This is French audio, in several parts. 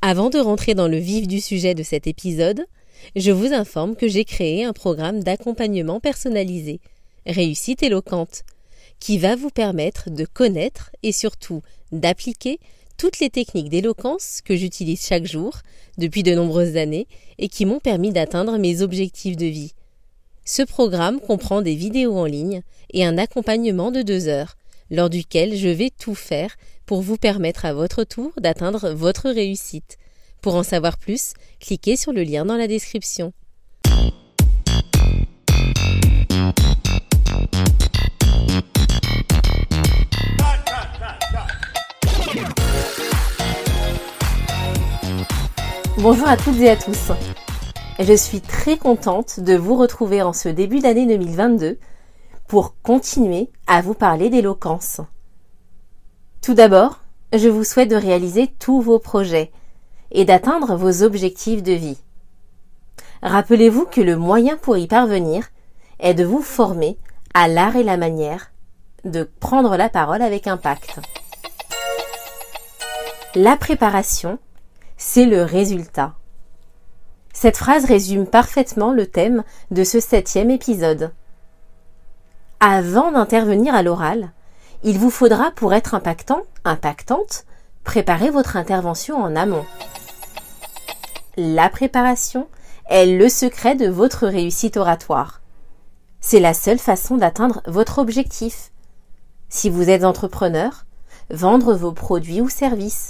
Avant de rentrer dans le vif du sujet de cet épisode, je vous informe que j'ai créé un programme d'accompagnement personnalisé, Réussite éloquente, qui va vous permettre de connaître et surtout d'appliquer toutes les techniques d'éloquence que j'utilise chaque jour depuis de nombreuses années et qui m'ont permis d'atteindre mes objectifs de vie. Ce programme comprend des vidéos en ligne et un accompagnement de 2 heures, lors duquel je vais tout faire pour vous permettre à votre tour d'atteindre votre réussite. Pour en savoir plus, cliquez sur le lien dans la description. Bonjour à toutes et à tous. Je suis très contente de vous retrouver en ce début d'année 2022 pour continuer à vous parler d'éloquence. Tout d'abord, je vous souhaite de réaliser tous vos projets et d'atteindre vos objectifs de vie. Rappelez-vous que le moyen pour y parvenir est de vous former à l'art et la manière de prendre la parole avec impact. La préparation, c'est le résultat. Cette phrase résume parfaitement le thème de ce 7e épisode. Avant d'intervenir à l'oral, il vous faudra, pour être impactante, préparer votre intervention en amont. La préparation est le secret de votre réussite oratoire. C'est la seule façon d'atteindre votre objectif. Si vous êtes entrepreneur, vendre vos produits ou services.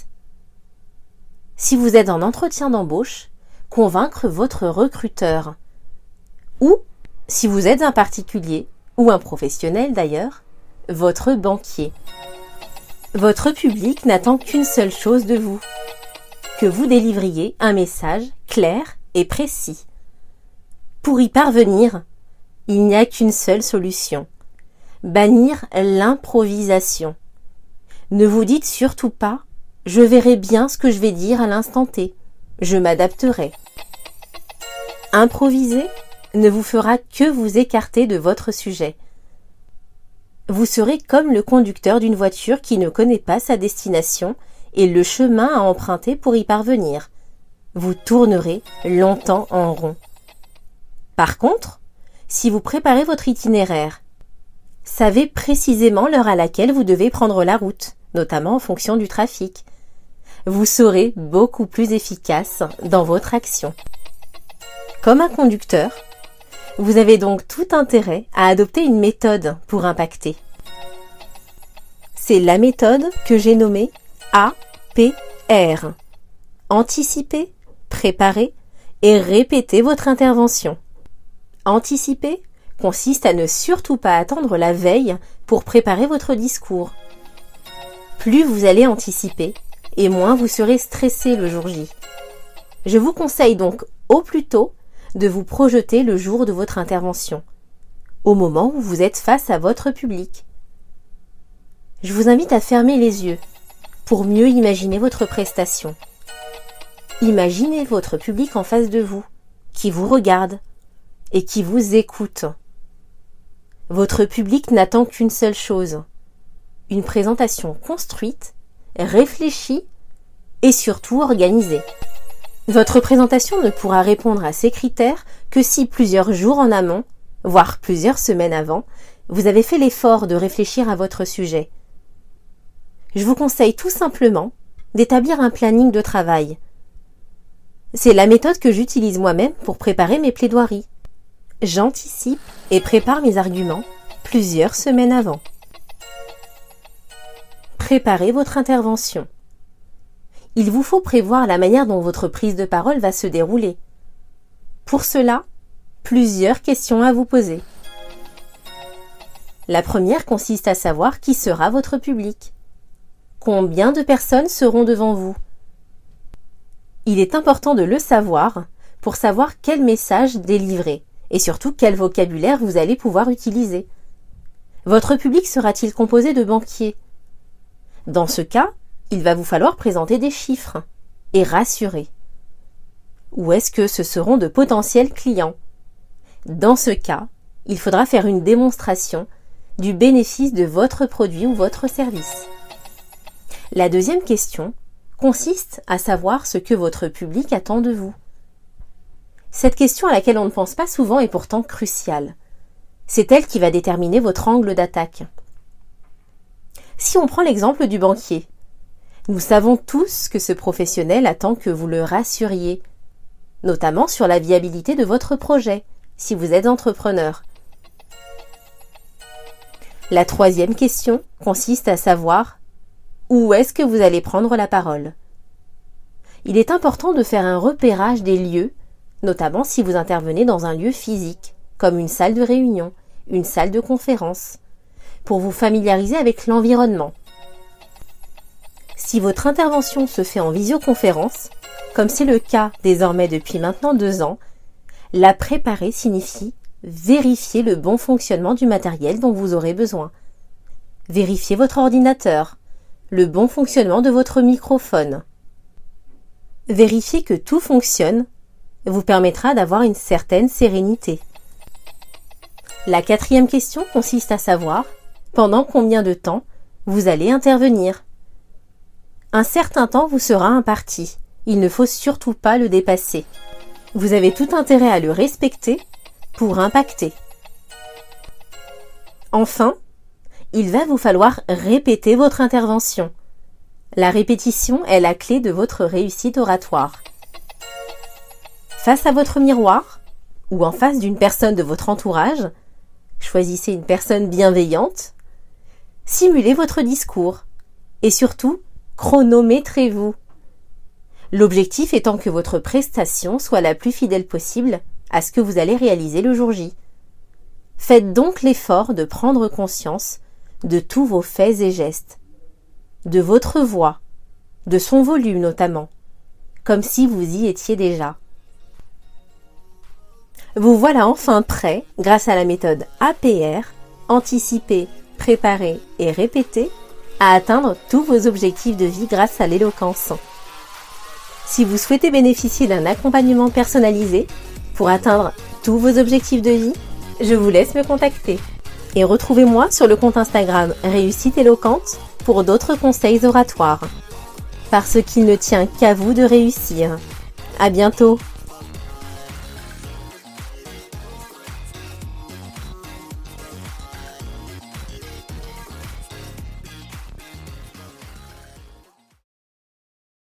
Si vous êtes en entretien d'embauche, convaincre votre recruteur. Ou, si vous êtes un particulier, ou un professionnel d'ailleurs, votre banquier. Votre public n'attend qu'une seule chose de vous, que vous délivriez un message clair et précis. Pour y parvenir, il n'y a qu'une seule solution, bannir l'improvisation. Ne vous dites surtout pas « je verrai bien ce que je vais dire à l'instant T, je m'adapterai ». Improviser ne vous fera que vous écarter de votre sujet. Vous serez comme le conducteur d'une voiture qui ne connaît pas sa destination et le chemin à emprunter pour y parvenir. Vous tournerez longtemps en rond. Par contre, si vous préparez votre itinéraire, savez précisément l'heure à laquelle vous devez prendre la route, notamment en fonction du trafic, vous serez beaucoup plus efficace dans votre action. Comme un conducteur, vous avez donc tout intérêt à adopter une méthode pour impacter. C'est la méthode que j'ai nommée APR. Anticiper, préparer et répéter votre intervention. Anticiper consiste à ne surtout pas attendre la veille pour préparer votre discours. Plus vous allez anticiper, et moins vous serez stressé le jour J. Je vous conseille donc au plus tôt de vous projeter le jour de votre intervention, au moment où vous êtes face à votre public. Je vous invite à fermer les yeux pour mieux imaginer votre prestation. Imaginez votre public en face de vous, qui vous regarde et qui vous écoute. Votre public n'attend qu'une seule chose, une présentation construite, réfléchie et surtout organisée. Votre présentation ne pourra répondre à ces critères que si plusieurs jours en amont, voire plusieurs semaines avant, vous avez fait l'effort de réfléchir à votre sujet. Je vous conseille tout simplement d'établir un planning de travail. C'est la méthode que j'utilise moi-même pour préparer mes plaidoiries. J'anticipe et prépare mes arguments plusieurs semaines avant. Préparez votre intervention. Il vous faut prévoir la manière dont votre prise de parole va se dérouler. Pour cela, plusieurs questions à vous poser. La première consiste à savoir qui sera votre public. Combien de personnes seront devant vous? Il est important de le savoir pour savoir quel message délivrer et surtout quel vocabulaire vous allez pouvoir utiliser. Votre public sera-t-il composé de banquiers? Dans ce cas, il va vous falloir présenter des chiffres et rassurer. Ou est-ce que ce seront de potentiels clients? Dans ce cas, il faudra faire une démonstration du bénéfice de votre produit ou votre service. La deuxième question consiste à savoir ce que votre public attend de vous. Cette question à laquelle on ne pense pas souvent est pourtant cruciale. C'est elle qui va déterminer votre angle d'attaque. Si on prend l'exemple du banquier, nous savons tous que ce professionnel attend que vous le rassuriez, notamment sur la viabilité de votre projet, si vous êtes entrepreneur. La troisième question consiste à savoir où est-ce que vous allez prendre la parole. Il est important de faire un repérage des lieux, notamment si vous intervenez dans un lieu physique, comme une salle de réunion, une salle de conférence, pour vous familiariser avec l'environnement. Si votre intervention se fait en visioconférence, comme c'est le cas désormais depuis maintenant 2 ans, la préparer signifie vérifier le bon fonctionnement du matériel dont vous aurez besoin. Vérifiez votre ordinateur, le bon fonctionnement de votre microphone. Vérifier que tout fonctionne vous permettra d'avoir une certaine sérénité. La 4e question consiste à savoir pendant combien de temps vous allez intervenir. Un certain temps vous sera imparti. Il ne faut surtout pas le dépasser. Vous avez tout intérêt à le respecter pour impacter. Enfin, il va vous falloir répéter votre intervention. La répétition est la clé de votre réussite oratoire. Face à votre miroir ou en face d'une personne de votre entourage, choisissez une personne bienveillante, simulez votre discours et surtout, chronométrez-vous. L'objectif étant que votre prestation soit la plus fidèle possible à ce que vous allez réaliser le jour J. Faites donc l'effort de prendre conscience de tous vos faits et gestes, de votre voix, de son volume notamment, comme si vous y étiez déjà. Vous voilà enfin prêt, grâce à la méthode APR, anticiper, préparer et répéter, à atteindre tous vos objectifs de vie grâce à l'éloquence. Si vous souhaitez bénéficier d'un accompagnement personnalisé pour atteindre tous vos objectifs de vie, je vous laisse me contacter. Et retrouvez-moi sur le compte Instagram Réussite Éloquente pour d'autres conseils oratoires. Parce qu'il ne tient qu'à vous de réussir. À bientôt!